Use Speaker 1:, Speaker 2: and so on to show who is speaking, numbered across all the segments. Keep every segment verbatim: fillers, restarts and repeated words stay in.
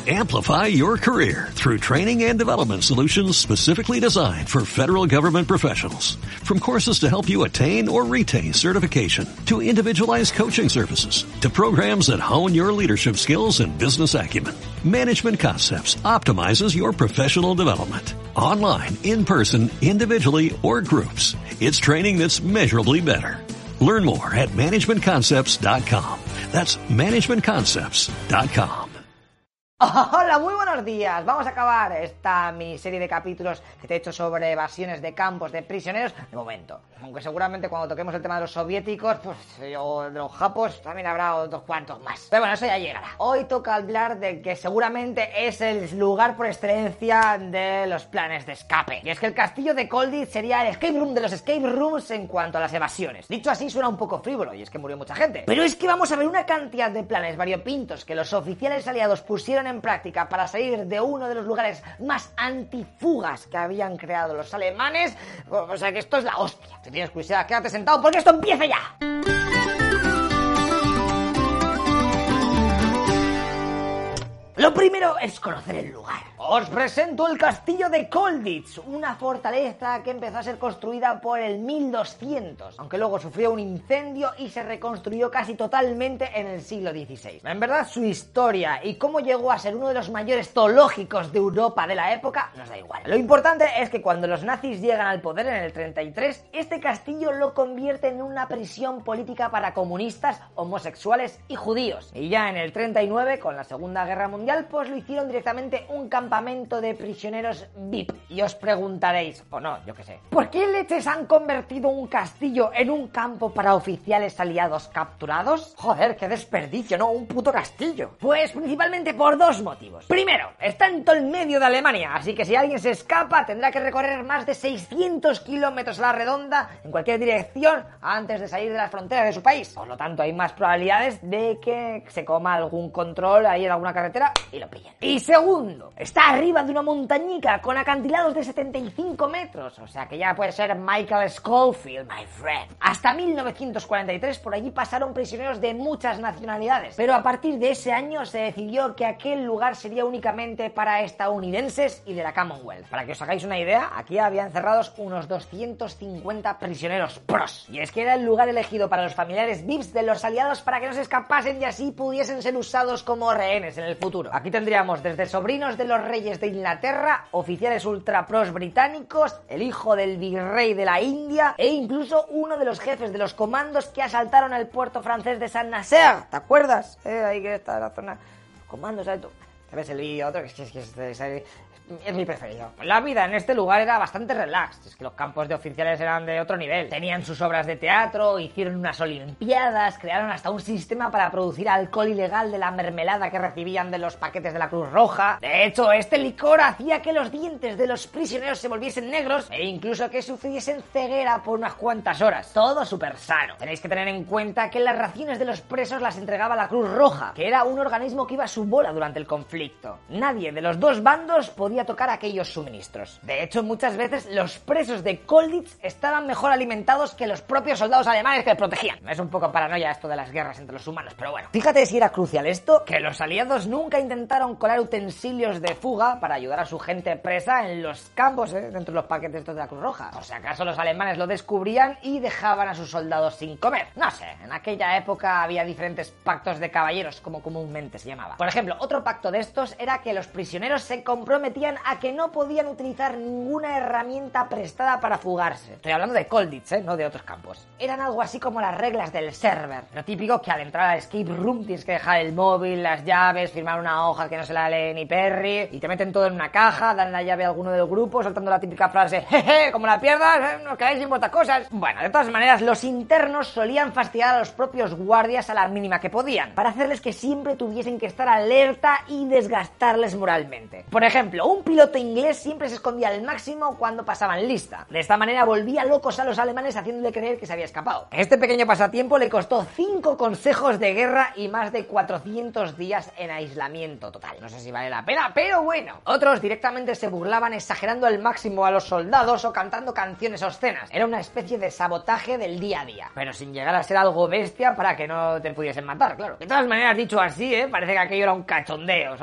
Speaker 1: Amplify your career through training and development solutions specifically designed for federal government professionals. From courses to help you attain or retain certification, to individualized coaching services, to programs that hone your leadership skills and business acumen, Management Concepts optimizes your professional development. Online, in person, individually, or groups, it's training that's measurably better. Learn more at management concepts dot com. That's management concepts dot com.
Speaker 2: Hola, muy buenos días. Vamos a acabar esta miniserie de capítulos que te he hecho sobre evasiones de campos de prisioneros de momento. Aunque seguramente cuando toquemos el tema de los soviéticos, pues, o de los japos, también habrá otros cuantos más. Pero bueno, eso ya llegará. Hoy toca hablar de que seguramente es el lugar por excelencia de los planes de escape. Y es que el castillo de Colditz sería el escape room de los escape rooms en cuanto a las evasiones. Dicho así suena un poco frívolo, y es que murió mucha gente. Pero es que vamos a ver una cantidad de planes variopintos que los oficiales aliados pusieron en práctica para salir de uno de los lugares más antifugas que habían creado los alemanes. O sea que esto es la hostia. Si tienes curiosidad, quédate sentado porque esto empieza ya. Lo primero es conocer el lugar. Os presento el castillo de Colditz, una fortaleza que empezó a ser construida por el mil doscientos, aunque luego sufrió un incendio y se reconstruyó casi totalmente en el siglo dieciséis. En verdad, su historia y cómo llegó a ser uno de los mayores zoológicos de Europa de la época nos da igual. Lo importante es que cuando los nazis llegan al poder en el treinta y tres, este castillo lo convierte en una prisión política para comunistas, homosexuales y judíos. Y ya en el treinta y nueve, con la Segunda Guerra Mundial, pues lo hicieron directamente un campamento de prisioneros V I P. Y os preguntaréis, o no, yo qué sé, ¿por qué leches han convertido un castillo en un campo para oficiales aliados capturados? Joder, qué desperdicio, ¿no? Un puto castillo. Pues principalmente por dos motivos. Primero, está en todo el medio de Alemania, así que si alguien se escapa tendrá que recorrer más de seiscientos kilómetros a la redonda en cualquier dirección antes de salir de las fronteras de su país. Por lo tanto, hay más probabilidades de que se coma algún control ahí en alguna carretera y lo pillen. Y segundo, está arriba de una montañica con acantilados de setenta y cinco metros, o sea que ya puede ser Michael Scofield, my friend. Hasta mil novecientos cuarenta y tres por allí pasaron prisioneros de muchas nacionalidades, pero a partir de ese año se decidió que aquel lugar sería únicamente para estadounidenses y de la Commonwealth. Para que os hagáis una idea, aquí había encerrados unos doscientos cincuenta prisioneros pros, y es que era el lugar elegido para los familiares V I Ps de los aliados para que no se escapasen y así pudiesen ser usados como rehenes en el futuro. Aquí tendríamos desde sobrinos de los reyes de Inglaterra, oficiales ultrapros británicos, el hijo del virrey de la India e incluso uno de los jefes de los comandos que asaltaron el puerto francés de Saint-Nazaire. ¿Te acuerdas? Eh, ahí que está la zona. Comandos, ¿sabes tú? ¿Te ves el vídeo? Otro que es que es, que es, es, es, es mi preferido. La vida en este lugar era bastante relax. Es que los campos de oficiales eran de otro nivel. Tenían sus obras de teatro, hicieron unas olimpiadas, crearon hasta un sistema para producir alcohol ilegal de la mermelada que recibían de los paquetes de la Cruz Roja. De hecho, este licor hacía que los dientes de los prisioneros se volviesen negros e incluso que sufriesen ceguera por unas cuantas horas. Todo súper sano. Tenéis que tener en cuenta que las raciones de los presos las entregaba la Cruz Roja, que era un organismo que iba a su bola durante el conflicto. Nadie de los dos bandos podía tocar aquellos suministros. De hecho, muchas veces los presos de Colditz estaban mejor alimentados que los propios soldados alemanes que les protegían. Es un poco paranoia esto de las guerras entre los humanos, pero bueno. Fíjate si era crucial esto, que los aliados nunca intentaron colar utensilios de fuga para ayudar a su gente presa en los campos, ¿eh? Dentro de los paquetes estos de la Cruz Roja. Por si acaso los alemanes lo descubrían y dejaban a sus soldados sin comer. No sé, en aquella época había diferentes pactos de caballeros, como comúnmente se llamaba. Por ejemplo, otro pacto de estos era que los prisioneros se comprometían a que no podían utilizar ninguna herramienta prestada para fugarse. Estoy hablando de Colditz, ¿eh? No de otros campos. Eran algo así como las reglas del server. Lo típico que al entrar al escape room tienes que dejar el móvil, las llaves, firmar una hoja que no se la lee ni Perry, y te meten todo en una caja, dan la llave a alguno del grupo, soltando la típica frase, jeje, como la pierdas, ¿eh? Nos quedáis sin vuestras cosas. Bueno, de todas maneras, los internos solían fastidiar a los propios guardias a la mínima que podían, para hacerles que siempre tuviesen que estar alerta y desgastarles moralmente. Por ejemplo, un piloto inglés siempre se escondía al máximo cuando pasaban lista. De esta manera volvía locos a los alemanes haciéndole creer que se había escapado. Este pequeño pasatiempo le costó cinco consejos de guerra y más de cuatrocientos días en aislamiento total. No sé si vale la pena, pero bueno. Otros directamente se burlaban exagerando al máximo a los soldados o cantando canciones obscenas. Era una especie de sabotaje del día a día, pero sin llegar a ser algo bestia para que no te pudiesen matar, claro. De todas maneras, dicho así, ¿eh? Parece que aquello era un cachondeo,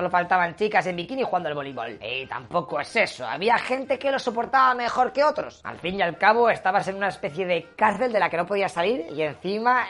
Speaker 2: solo faltaban chicas en bikini jugando al voleibol. Y tampoco es eso, había gente que lo soportaba mejor que otros. Al fin y al cabo estabas en una especie de cárcel de la que no podías salir y encima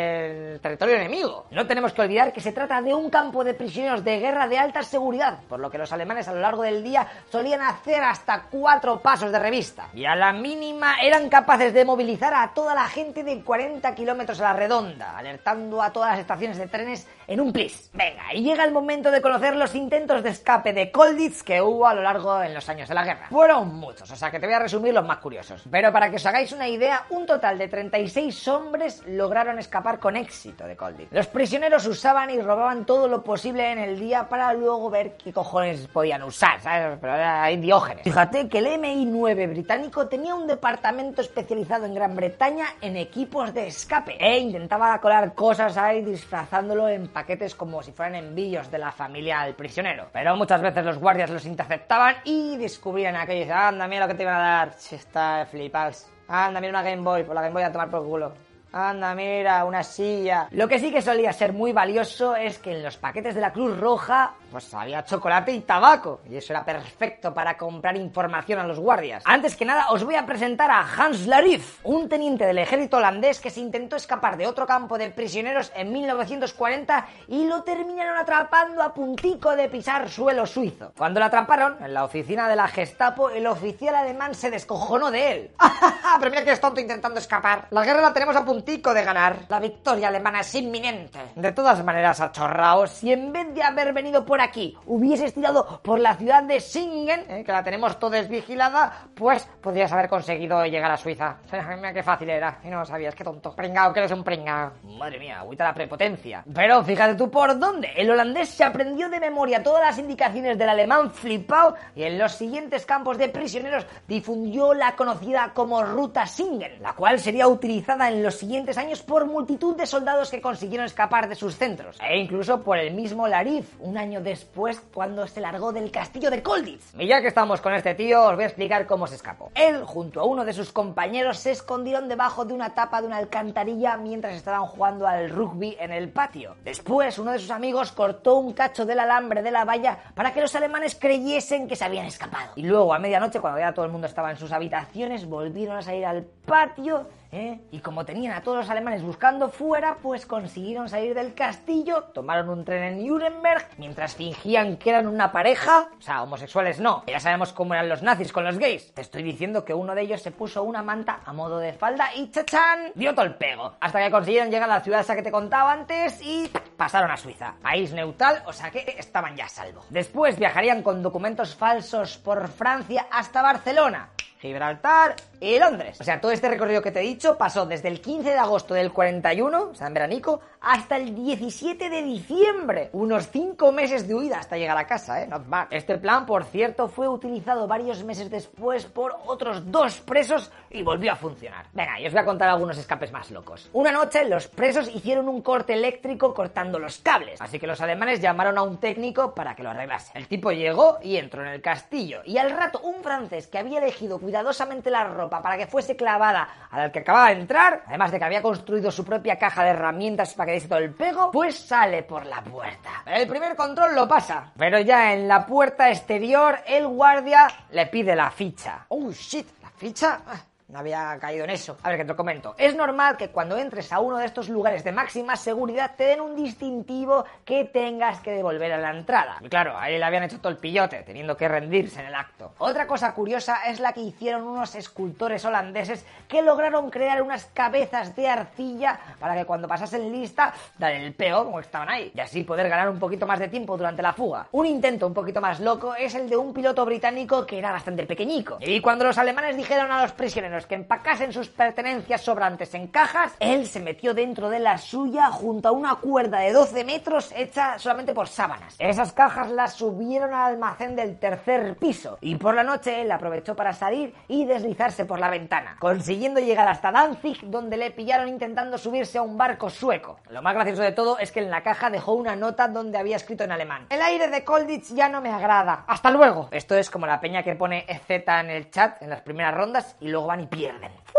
Speaker 2: en territorio enemigo. No tenemos que olvidar que se trata de un campo de prisioneros de guerra de alta seguridad, por lo que los alemanes a lo largo del día solían hacer hasta cuatro pasos de revista. Y a la mínima eran capaces de movilizar a toda la gente de cuarenta kilómetros a la redonda, alertando a todas las estaciones de trenes en un plis. Venga, y llega el momento de conocer los intentos de escape de Colditz que hubo a lo largo en los años de la guerra. Fueron muchos, o sea que te voy a resumir los más curiosos. Pero para que os hagáis una idea, un total de treinta y seis hombres lograron escapar con éxito de Colditz. Los prisioneros usaban y robaban todo lo posible en el día para luego ver qué cojones podían usar, ¿sabes? Pero hay Diógenes. Fíjate que el eme i nueve británico tenía un departamento especializado en Gran Bretaña en equipos de escape e intentaba colar cosas ahí disfrazándolo en paquetes como si fueran envíos de la familia al prisionero. Pero muchas veces los guardias los interceptaban y descubrían aquello y decían, anda, mira lo que te iban a dar. Ch, está flipas. Anda, mira una Game Boy, por la Game Boy a tomar por culo. Anda, mira, una silla. Lo que sí que solía ser muy valioso es que en los paquetes de la Cruz Roja pues había chocolate y tabaco. Y eso era perfecto para comprar información a los guardias. Antes que nada, os voy a presentar a Hans Lariff, un teniente del ejército holandés que se intentó escapar de otro campo de prisioneros en mil novecientos cuarenta y lo terminaron atrapando a puntico de pisar suelo suizo. Cuando lo atraparon en la oficina de la Gestapo, el oficial alemán se descojonó de él. Pero mira que es tonto intentando escapar. La guerra la tenemos a puntico de ganar. La victoria alemana es inminente. De todas maneras, achorrao, si en vez de haber venido por aquí hubieses tirado por la ciudad de Singen, eh, que la tenemos toda desvigilada, pues podrías haber conseguido llegar a Suiza. Mira qué fácil era. Y no lo sabías, qué tonto. Pringao, que eres un pringao. Madre mía, agüita la prepotencia. Pero fíjate tú por dónde. El holandés se aprendió de memoria todas las indicaciones del alemán flipao y en los siguientes campos de prisioneros difundió la conocida como Ruta Singen, la cual sería utilizada en los siguientes años por multitud de soldados que consiguieron escapar de sus centros, e incluso por el mismo Lariff, un año después cuando se largó del castillo de Colditz. Y ya que estamos con este tío, os voy a explicar cómo se escapó. Él, junto a uno de sus compañeros, se escondieron debajo de una tapa de una alcantarilla mientras estaban jugando al rugby en el patio. Después, uno de sus amigos cortó un cacho del alambre de la valla para que los alemanes creyesen que se habían escapado. Y luego, a medianoche, cuando ya todo el mundo estaba en sus habitaciones, volvieron a salir al patio, ¿eh? Y como tenían a todos los alemanes buscando fuera, pues consiguieron salir del castillo, tomaron un tren en Nuremberg, mientras fingían que eran una pareja, o sea, homosexuales no, ya sabemos cómo eran los nazis con los gays. Te estoy diciendo que uno de ellos se puso una manta a modo de falda y ¡chachán! Dio todo el pego, hasta que consiguieron llegar a la ciudad esa que te contaba antes y pasaron a Suiza, país neutral, o sea que estaban ya a salvo. Después viajarían con documentos falsos por Francia hasta Barcelona, Gibraltar y Londres. O sea, todo este recorrido que te he dicho pasó desde el quince de agosto del cuarenta y uno, o sea, en veranico, hasta el diecisiete de diciembre. Unos cinco meses de huida hasta llegar a casa, ¿eh? Not bad. Este plan, por cierto, fue utilizado varios meses después por otros dos presos y volvió a funcionar. Venga, y os voy a contar algunos escapes más locos. Una noche, los presos hicieron un corte eléctrico cortando los cables, así que los alemanes llamaron a un técnico para que lo arreglase. El tipo llegó y entró en el castillo, y al rato un francés que había elegido cuidadosamente la ropa para que fuese clavada al que acababa de entrar, además de que había construido su propia caja de herramientas para que diese todo el pego, pues sale por la puerta. El primer control lo pasa, pero ya en la puerta exterior el guardia le pide la ficha. Oh shit, ¿la ficha? No había caído en eso. A ver, que te lo comento. Es normal que cuando entres a uno de estos lugares de máxima seguridad te den un distintivo que tengas que devolver a la entrada. Y claro, ahí le habían hecho todo el pillote, teniendo que rendirse en el acto. Otra cosa curiosa es la que hicieron unos escultores holandeses que lograron crear unas cabezas de arcilla para que cuando pasasen lista, dar el peo como estaban ahí, y así poder ganar un poquito más de tiempo durante la fuga. Un intento un poquito más loco es el de un piloto británico que era bastante pequeñico. Y cuando los alemanes dijeron a los prisioneros que empacasen sus pertenencias sobrantes en cajas, él se metió dentro de la suya junto a una cuerda de doce metros hecha solamente por sábanas. Esas cajas las subieron al almacén del tercer piso y por la noche él aprovechó para salir y deslizarse por la ventana, consiguiendo llegar hasta Danzig, donde le pillaron intentando subirse a un barco sueco. Lo más gracioso de todo es que en la caja dejó una nota donde había escrito en alemán: el aire de Colditz ya no me agrada, hasta luego. Esto es como la peña que pone Z en el chat en las primeras rondas y luego van y pierden. ¡Fuck!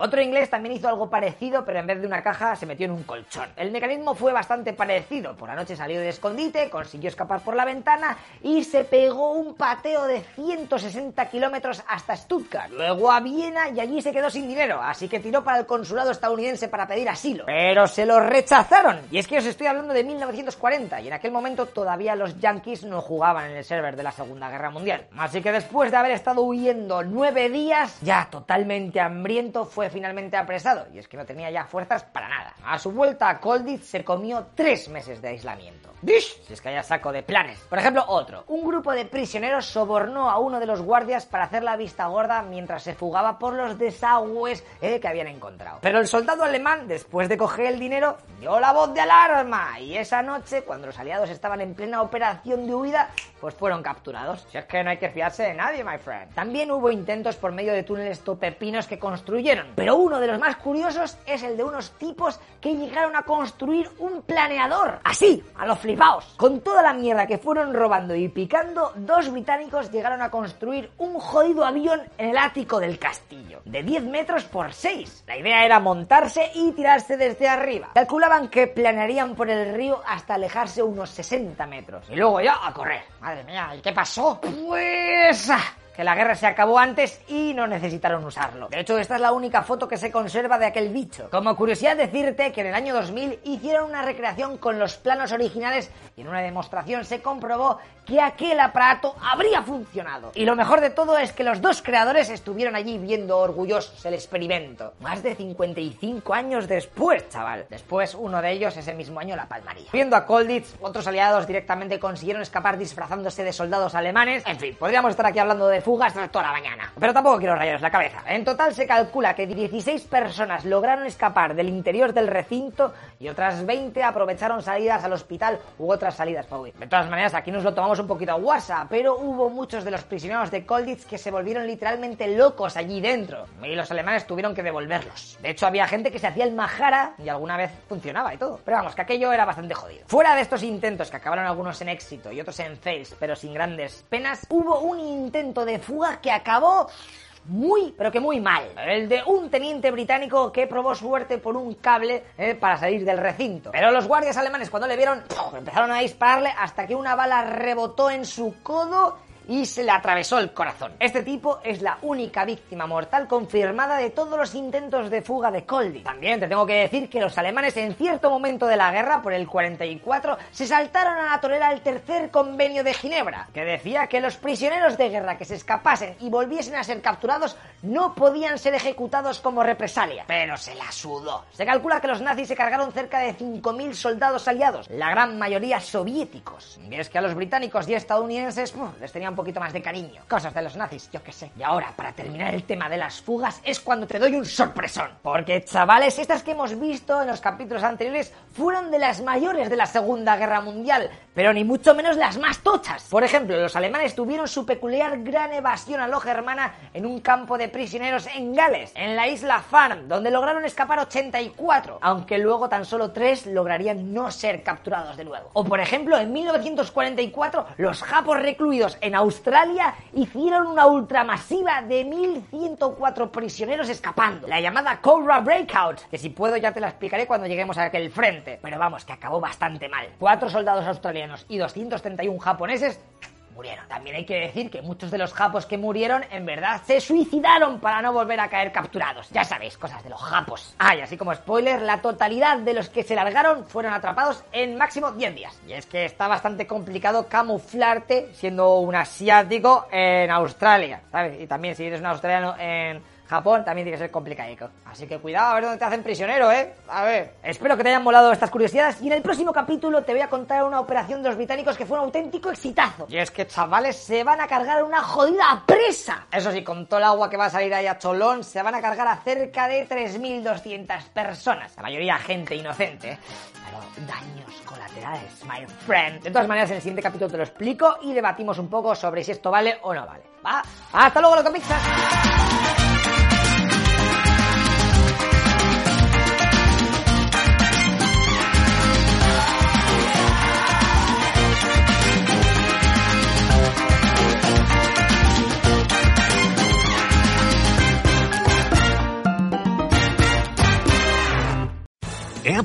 Speaker 2: Otro inglés también hizo algo parecido, pero en vez de una caja se metió en un colchón. El mecanismo fue bastante parecido. Por la noche salió de escondite, consiguió escapar por la ventana y se pegó un pateo de ciento sesenta kilómetros hasta Stuttgart. Luego a Viena y allí se quedó sin dinero, así que tiró para el consulado estadounidense para pedir asilo. Pero se lo rechazaron. Y es que os estoy hablando de mil novecientos cuarenta y en aquel momento todavía los yankees no jugaban en el server de la Segunda Guerra Mundial. Así que después de haber estado huyendo nueve días, ya totalmente hambriento, fue finalmente apresado. Y es que no tenía ya fuerzas para nada. A su vuelta a Colditz se comió tres meses de aislamiento. ¡Dish! Si es que haya saco de planes. Por ejemplo, otro. Un grupo de prisioneros sobornó a uno de los guardias para hacer la vista gorda mientras se fugaba por los desagües eh, que habían encontrado. Pero el soldado alemán, después de coger el dinero, dio la voz de alarma. Y esa noche, cuando los aliados estaban en plena operación de huida, pues fueron capturados. Si es que no hay que fiarse de nadie, my friend. También hubo intentos por medio de túneles topepinos que construyeron. Pero uno de los más curiosos es el de unos tipos que llegaron a construir un planeador. Así, a los flipaos. Con toda la mierda que fueron robando y picando, dos británicos llegaron a construir un jodido avión en el ático del castillo, de diez metros por seis. La idea era montarse y tirarse desde arriba. Calculaban que planearían por el río hasta alejarse unos sesenta metros. Y luego ya a correr. Madre mía, ¿y qué pasó? Pues... que la guerra se acabó antes y no necesitaron usarlo. De hecho, esta es la única foto que se conserva de aquel bicho. Como curiosidad decirte que en el año dos mil hicieron una recreación con los planos originales y en una demostración se comprobó que aquel aparato habría funcionado. Y lo mejor de todo es que los dos creadores estuvieron allí viendo orgullosos el experimento. Más de cincuenta y cinco años después, chaval. Después, uno de ellos ese mismo año la palmaría. Viendo a Colditz, otros aliados directamente consiguieron escapar disfrazándose de soldados alemanes. En fin, podríamos estar aquí hablando de fugas toda la mañana. Pero tampoco quiero rayaros la cabeza. En total se calcula que dieciséis personas lograron escapar del interior del recinto y otras veinte aprovecharon salidas al hospital u otras salidas para huir. De todas maneras, aquí nos lo tomamos un poquito a guasa, pero hubo muchos de los prisioneros de Colditz que se volvieron literalmente locos allí dentro y los alemanes tuvieron que devolverlos. De hecho, había gente que se hacía el majara y alguna vez funcionaba y todo. Pero vamos, que aquello era bastante jodido. Fuera de estos intentos, que acabaron algunos en éxito y otros en fails, pero sin grandes penas, hubo un intento de fuga que acabó muy, pero que muy mal. El de un teniente británico que probó suerte por un cable eh, para salir del recinto. Pero los guardias alemanes, cuando le vieron, ¡puf!, empezaron a dispararle hasta que una bala rebotó en su codo y se le atravesó el corazón. Este tipo es la única víctima mortal confirmada de todos los intentos de fuga de Colditz. También te tengo que decir que los alemanes en cierto momento de la guerra, por el cuarenta y cuatro, se saltaron a la torera el tercer convenio de Ginebra, que decía que los prisioneros de guerra que se escapasen y volviesen a ser capturados no podían ser ejecutados como represalia. Pero se la sudó. Se calcula que los nazis se cargaron cerca de cinco mil soldados aliados, la gran mayoría soviéticos. Y es que a los británicos y estadounidenses ¡puf!, les tenían un poquito más de cariño. Cosas de los nazis, yo qué sé. Y ahora, para terminar el tema de las fugas, es cuando te doy un sorpresón. Porque, chavales, estas que hemos visto en los capítulos anteriores fueron de las mayores de la Segunda Guerra Mundial, pero ni mucho menos las más tochas. Por ejemplo, los alemanes tuvieron su peculiar gran evasión a lo germana en un campo de prisioneros en Gales, en la isla Farm, donde lograron escapar ochenta y cuatro, aunque luego tan solo tres lograrían no ser capturados de nuevo. O por ejemplo, en mil novecientos cuarenta y cuatro, los japos recluidos en Australia hicieron una ultramasiva de mil ciento cuatro prisioneros escapando, la llamada Cobra Breakout, que si puedo ya te la explicaré cuando lleguemos a aquel frente, pero vamos, que acabó bastante mal. Cuatro soldados australianos y doscientos treinta y uno japoneses murieron. También hay que decir que muchos de los japos que murieron en verdad se suicidaron para no volver a caer capturados. Ya sabéis, cosas de los japos. Ah, y así como spoiler, la totalidad de los que se largaron fueron atrapados en máximo diez días. Y es que está bastante complicado camuflarte siendo un asiático en Australia, ¿sabes? Y también si eres un australiano en Japón también tiene que ser complicadico. Así que cuidado a ver dónde te hacen prisionero, ¿eh? A ver. Espero que te hayan molado estas curiosidades y en el próximo capítulo te voy a contar una operación de los británicos que fue un auténtico exitazo. Y es que, chavales, se van a cargar una jodida presa. Eso sí, con todo el agua que va a salir ahí a cholón, se van a cargar a cerca de tres mil doscientas personas. La mayoría gente inocente, ¿eh? Pero daños colaterales, my friend. De todas maneras, en el siguiente capítulo te lo explico y debatimos un poco sobre si esto vale o no vale. ¿Va? ¡Hasta luego, loco pizzas!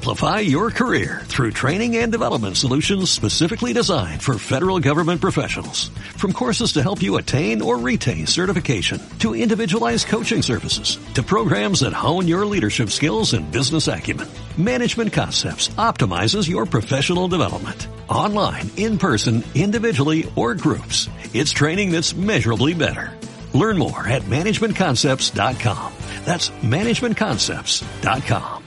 Speaker 1: Amplify your career through training and development solutions specifically designed for federal government professionals. From courses to help you attain or retain certification, to individualized coaching services, to programs that hone your leadership skills and business acumen, Management Concepts optimizes your professional development. Online, in person, individually, or groups, it's training that's measurably better. Learn more at management concepts dot com. That's management concepts dot com.